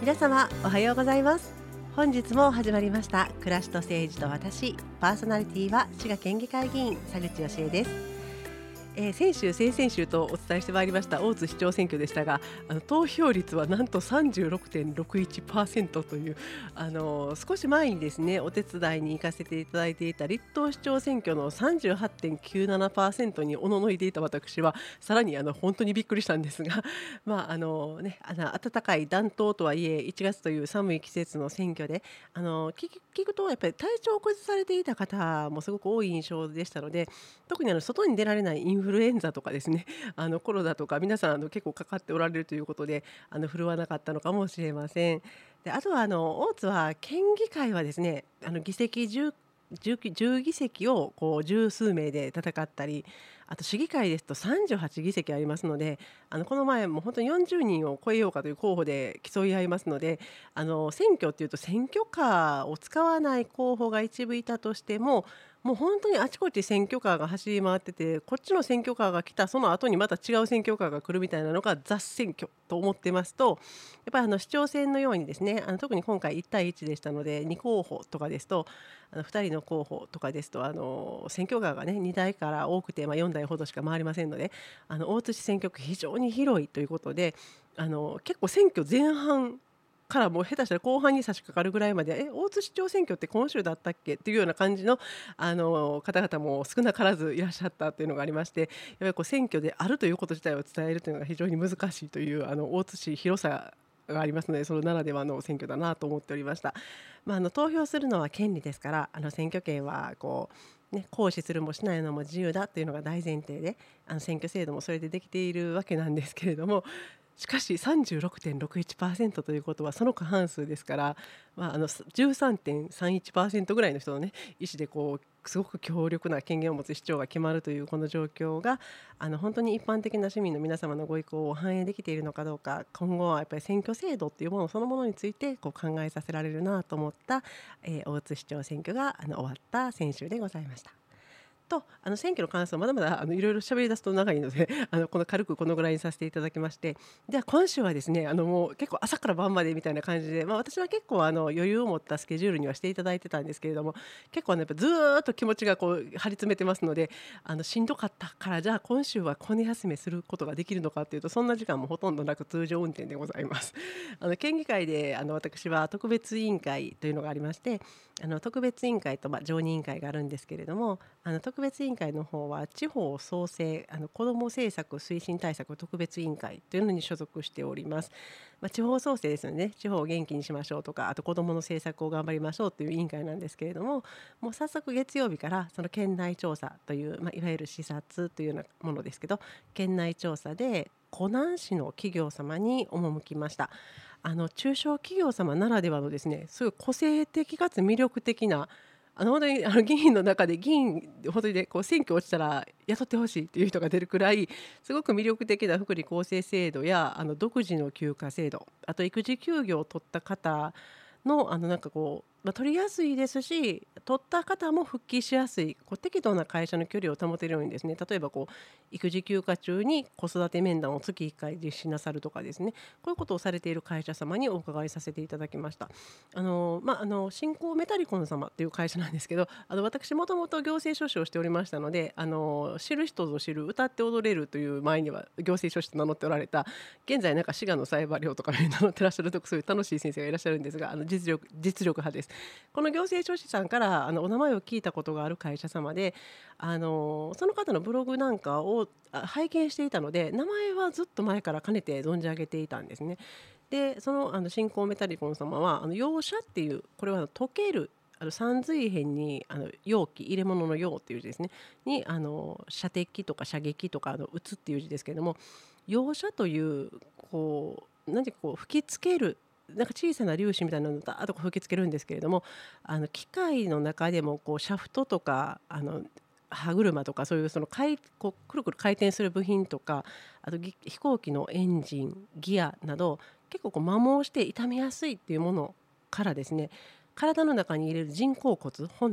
皆様おはようございます。本日も始まりました暮らしと政治と私。パーソナリティは滋賀県議会議員佐口芳恵です。先週先々週とお伝えしてまいりました大津市長選挙でしたが、投票率はなんと 36.61% という、少し前にですねお手伝いに行かせていただいていた立東市長選挙の 38.97% におののいていた私はさらに本当にびっくりしたんですが暖かい暖冬とはいえ1月という寒い季節の選挙で聞くとやっぱり体調を崩されていた方もすごく多い印象でしたので、特に外に出られないインフルエンザとかですねコロナとか皆さん結構かかっておられるということで振るわなかったのかもしれません。であとは大津は県議会はですね議席10議席をこう十数名で戦ったり、あと市議会ですと38議席ありますので、この前も本当に40人を超えようかという候補で競い合いますので、選挙っていうと選挙カーを使わない候補が一部いたとしても、もう本当にあちこち選挙カーが走り回ってて、こっちの選挙カーが来たその後にまた違う選挙カーが来るみたいなのが雑選挙と思ってますと、やっぱり市長選のようにですね特に今回1対1でしたので、2候補とかですと2人の候補とかですと選挙カーがね2台から多くて、4台ほどしか回りませんので、大津市選挙区非常に広いということで、結構選挙前半からもう下手したら後半に差し掛かるぐらいまで大津市長選挙って今週だったっけっていうような感じの、方々も少なからずいらっしゃったというのがありまして、やっぱり選挙であるということ自体を伝えるというのが非常に難しいという大津市広さがありますので、そのならではの選挙だなと思っておりました。投票するのは権利ですから、選挙権は行使するもしないのも自由だというのが大前提で、選挙制度もそれでできているわけなんですけれども、しかし 36.61% ということはその過半数ですから、13.31% ぐらいの人の、意思ですごく強力な権限を持つ市長が決まるというこの状況が本当に一般的な市民の皆様のご意向を反映できているのかどうか、今後はやっぱり選挙制度っていうものそのものについて考えさせられるなと思った、大津市長選挙が終わった先週でございました。と選挙の感想まだまだいろいろ喋り出すと長いのでこの軽くこのぐらいにさせていただきまして、では今週はですねもう結構朝から晩までみたいな感じで、私は結構余裕を持ったスケジュールにはしていただいてたんですけれども、結構やっぱずーっと気持ちが張り詰めてますので、しんどかったからじゃあ今週は小寝休めすることができるのかというと、そんな時間もほとんどなく通常運転でございます。県議会で私は特別委員会というのがありまして、特別委員会と常任委員会があるんですけれども、特別委員会の方は地方創生子ども政策推進対策特別委員会というのに所属しております。地方創生ですよね。地方を元気にしましょうとか、あと子どもの政策を頑張りましょうという委員会なんですけれども、もう早速月曜日からその県内調査という、いわゆる視察というようなものですけど、県内調査で湖南市の企業様に赴きました。中小企業様ならではのですね、すごい個性的かつ魅力的な本当に議員の中で議員本当にね選挙落ちたら雇ってほしいっていう人が出るくらいすごく魅力的な福利厚生制度や独自の休暇制度、あと育児休業を取った方の取りやすいですし、取った方も復帰しやすい適度な会社の距離を保てるようにですね、例えば育児休暇中に子育て面談を月1回実施なさるとかですね、こういうことをされている会社様にお伺いさせていただきました。新興メタリコン様っていう会社なんですけど、私もともと行政書士をしておりましたので、知る人ぞ知る歌って踊れるという前には行政書士と名乗っておられた、現在滋賀のサイバー寮とかに名乗ってらっしゃるとそういう楽しい先生がいらっしゃるんですが、実力派です。この行政書士さんからお名前を聞いたことがある会社様で、その方のブログなんかを拝見していたので、名前はずっと前からかねて存じ上げていたんですね。でその新興メタリコン様は陽射っていう、これは溶ける三髄辺に容器入れ物の容っていう字ですねに射的とか射撃とか撃つっていう字ですけれども、陽射という何ていうか吹きつける小さな粒子みたいなのをダーッと吹きつけるんですけれども、機械の中でもシャフトとか歯車とかそういうくるくる回転する部品とか、あと飛行機のエンジンギアなど結構摩耗して傷みやすいっていうものからですね、体の中に入れる人工骨骨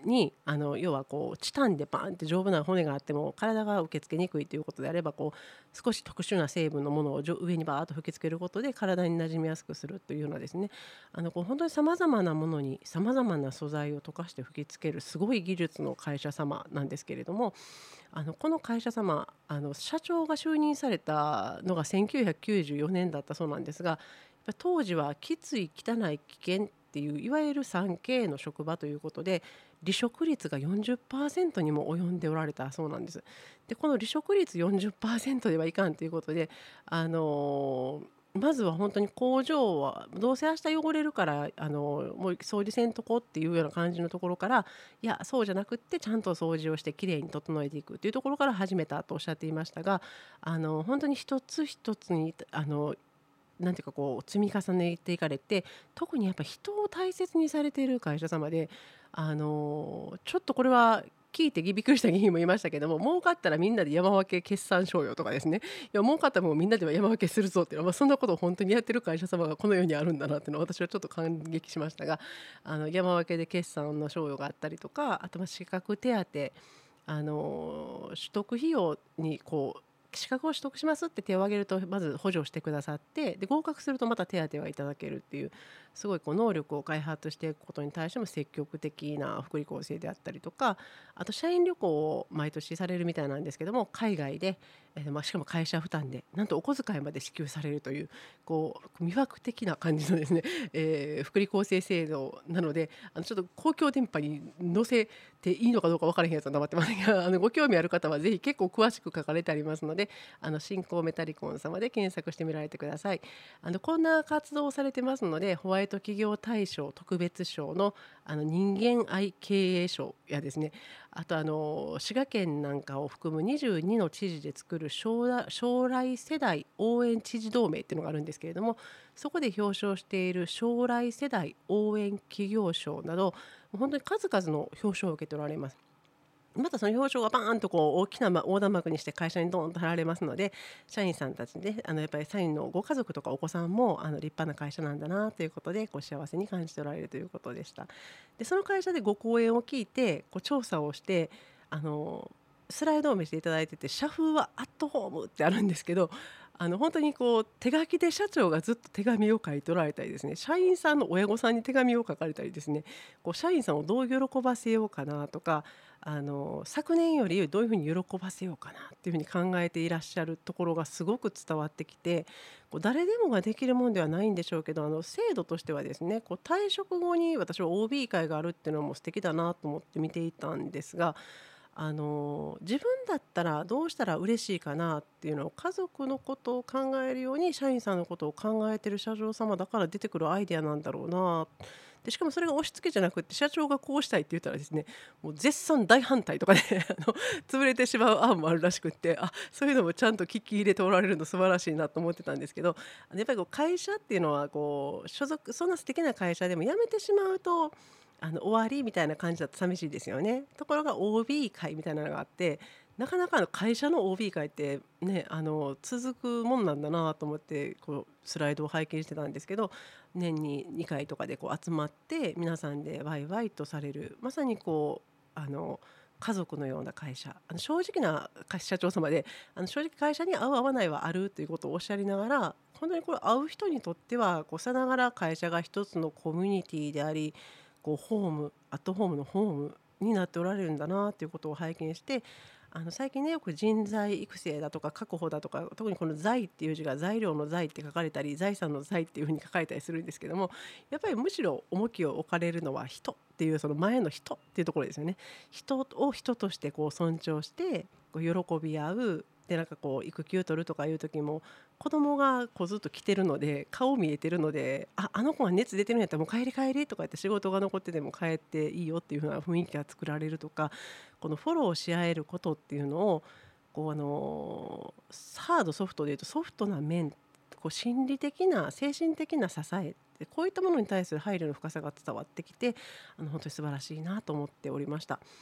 に要はこうチタンでバーンって丈夫な骨があっても体が受け付けにくいということであればこう少し特殊な成分のものを上にバーッと吹きつけることで体に馴染みやすくするというようなですねこう本当にさまざまなものにさまざまな素材を溶かして吹きつけるすごい技術の会社様なんですけれどもこの会社様社長が就任されたのが1994年だったそうなんですがやっぱ当時はきつい汚い危険っていういわゆる 3K の職場ということで離職率が40%にも及んでおられたそうなんです。でこの離職率40%ではいかんということで、まずは本当に工場はどうせ明日汚れるからもう掃除せんとこっていうような感じのところからいやそうじゃなくってちゃんと掃除をしてきれいに整えていくっていうところから始めたとおっしゃっていましたが本当に一つ一つになんていうかこう積み重ねていかれて特にやっぱ人を大切にされている会社様でちょっとこれは聞いてびっくりした議員もいましたけども儲かったらみんなで山分け決算賞与とかですねいや儲かったらもうみんなでは山分けするぞっていうのは、そんなことを本当にやってる会社様がこの世にあるんだなっていうのを私はちょっと感激しましたが山分けで決算の賞与があったりとかあとは資格手当取得費用にこう資格を取得しますって手を挙げるとまず補助してくださってで合格するとまた手当はいただけるっていうすごいこう能力を開発していくことに対しても積極的な福利厚生であったりとかあと社員旅行を毎年されるみたいなんですけども海外で、しかも会社負担でなんとお小遣いまで支給されるというこう魅惑的な感じのですね、福利厚生制度なのでちょっと公共電波に載せていいのかどうか分からへんやつは黙ってますがご興味ある方はぜひ結構詳しく書かれてありますので新興メタリコン様で検索してみられてください。こんな活動をされてますのでホワイト企業大賞特別賞の人間愛経営賞やですねあと滋賀県なんかを含む22の知事で作る将来世代応援知事同盟っていうのがあるんですけれどもそこで表彰している将来世代応援企業賞など本当に数々の表彰を受けておられます。またその表彰がバーンとこう大きな横断幕にして会社にドーンと貼られますので社員さんたちでやっぱり社員のご家族とかお子さんも立派な会社なんだなということでこう幸せに感じておられるということでした。でその会社でご講演を聞いてこう調査をしてスライドを見せていただいてて社風はアットホームってあるんですけど本当にこう手書きで社長がずっと手紙を書いておられたりですね社員さんの親御さんに手紙を書かれたりですねこう社員さんをどう喜ばせようかなとか昨年よりどういうふうに喜ばせようかなっていうふうに考えていらっしゃるところがすごく伝わってきてこう誰でもができるもんではないんでしょうけど制度としてはですねこう退職後に私は OB 会があるっていうのも素敵だなと思って見ていたんですが自分だったらどうしたら嬉しいかなっていうのを家族のことを考えるように社員さんのことを考えてる社長様だから出てくるアイデアなんだろうなでしかもそれが押し付けじゃなくって社長がこうしたいって言ったらですねもう絶賛大反対とかで潰れてしまう案もあるらしくってそういうのもちゃんと聞き入れておられるの素晴らしいなと思ってたんですけどやっぱりこう会社っていうのはこう所属そんな素敵な会社でも辞めてしまうと終わりみたいな感じだと寂しいですよね。ところが OB 会みたいなのがあってなかなか会社の OB 会ってね続くもんなんだなと思ってこうスライドを拝見してたんですけど年に2回とかでこう集まって皆さんでワイワイとされるまさにこう家族のような会社正直な社長様で正直会社に合う合わないはあるということをおっしゃりながら本当にこれ会う人にとってはこうさながら会社が一つのコミュニティでありこうホームアットホームのホームになっておられるんだなということを拝見して最近ねよく人材育成だとか確保だとか特にこの財っていう字が材料の財って書かれたり財産の財っていうふうに書かれたりするんですけどもやっぱりむしろ重きを置かれるのは人っていうその前の人っていうところですよね。人を人としてこう尊重してこう喜び合うでなんかこう育休取るとかいう時も子供がこうずっと来てるので顔見えてるのであの子が熱出てるんやったらもう帰り帰りとか言って仕事が残ってても帰っていいよっていう風な雰囲気が作られるとかこのフォローし合えることっていうのをこうハードソフトでいうとソフトな面こう心理的な精神的な支えってこういったものに対する配慮の深さが伝わってきて本当に素晴らしいなと思っておりました。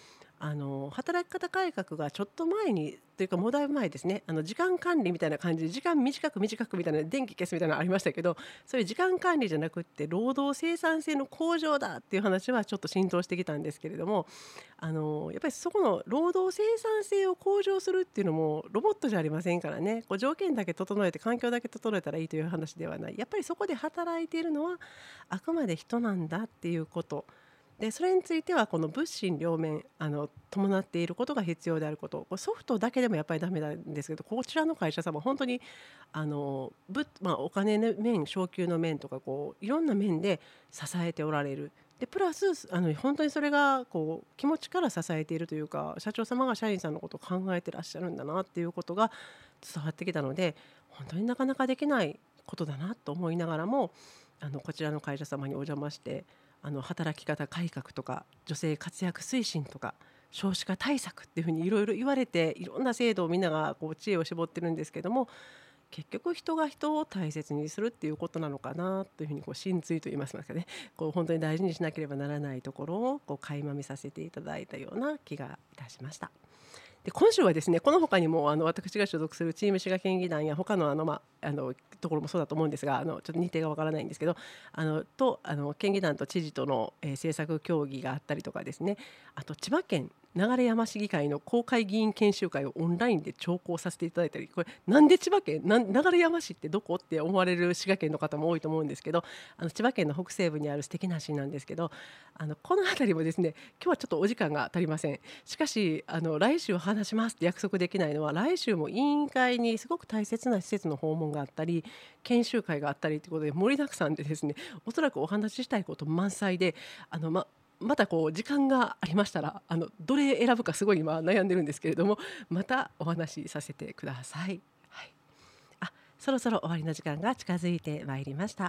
働き方改革がちょっと前にというかもうだいぶ前ですね、時間管理みたいな感じで時間短く短くみたいな電気消すみたいなのありましたけど、そういう時間管理じゃなくって労働生産性の向上だっていう話はちょっと浸透してきたんですけれども、やっぱりそこの労働生産性を向上するっていうのもロボットじゃありませんからね、こう条件だけ整えて環境だけ整えたらいいという話ではない。やっぱりそこで働いているのはあくまで人なんだっていうことで、それについてはこの物心両面伴っていることが必要であること、これソフトだけでもやっぱりダメなんですけど、こちらの会社様本当にお金の面、昇給の面とかこういろんな面で支えておられる。でプラス本当にそれがこう気持ちから支えているというか、社長様が社員さんのことを考えてらっしゃるんだなっていうことが伝わってきたので、本当になかなかできないことだなと思いながらも、こちらの会社様にお邪魔して働き方改革とか女性活躍推進とか少子化対策っていうふうにいろいろ言われて、いろんな制度をみんながこう知恵を絞ってるんですけども、結局人が人を大切にするっていうことなのかなというふうにこう真髄と言いますかね、こう本当に大事にしなければならないところをこう垣間見させていただいたような気がいたしました。で今週はですね、この他にも私が所属するチーム滋賀県議団や他のところもそうだと思うんですが、ちょっと日程がわからないんですけど、県議団と知事との、政策協議があったりとかですね、あと千葉県流山市議会の公開議員研修会をオンラインで聴講させていただいたり、これなんで千葉県流山市ってどこって思われる滋賀県の方も多いと思うんですけど、千葉県の北西部にある素敵な市なんですけど、この辺りもですね、今日はちょっとお時間が足りません。しかし来週話しますって約束できないのは、来週も委員会にすごく大切な施設の訪問があったり研修会があったりということで盛りだくさんでですね、おそらくお話ししたいこと満載で、またこう時間がありましたらどれ選ぶかすごい今悩んでるんですけれども、またお話しさせてください。はい、そろそろ終わりの時間が近づいてまいりました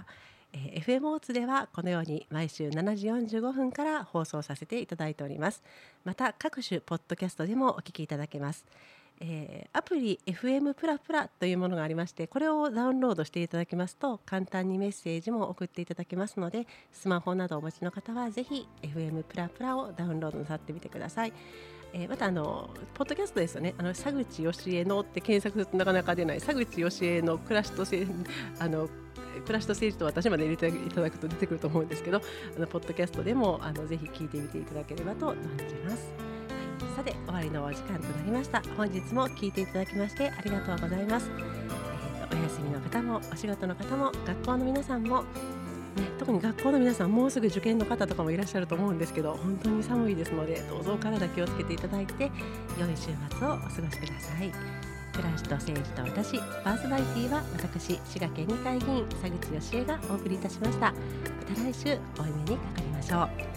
。FM オーツではこのように毎週7時45分から放送させていただいております。また各種ポッドキャストでもお聞きいただけます。アプリ FM プラプラというものがありまして、これをダウンロードしていただきますと簡単にメッセージも送っていただけますので、スマホなどお持ちの方はぜひ FM プラプラをダウンロードなさってみてください。またポッドキャストですよね、佐口よしえのって検索するとなかなか出ない佐口よしえの暮らしと政治と私まで入れていただくと出てくると思うんですけど、ポッドキャストでもぜひ聞いてみていただければと存じます。さて終わりのお時間となりました。本日も聞いていただきましてありがとうございます。お休みの方もお仕事の方も学校の皆さんも、特に学校の皆さんもうすぐ受験の方とかもいらっしゃると思うんですけど、本当に寒いですのでどうぞお体気をつけていただいて良い週末をお過ごしください。暮らしと政治と私、パーソナリティは私滋賀県議会議員佐口よしえがお送りいたしました。また来週お目にかかりましょう。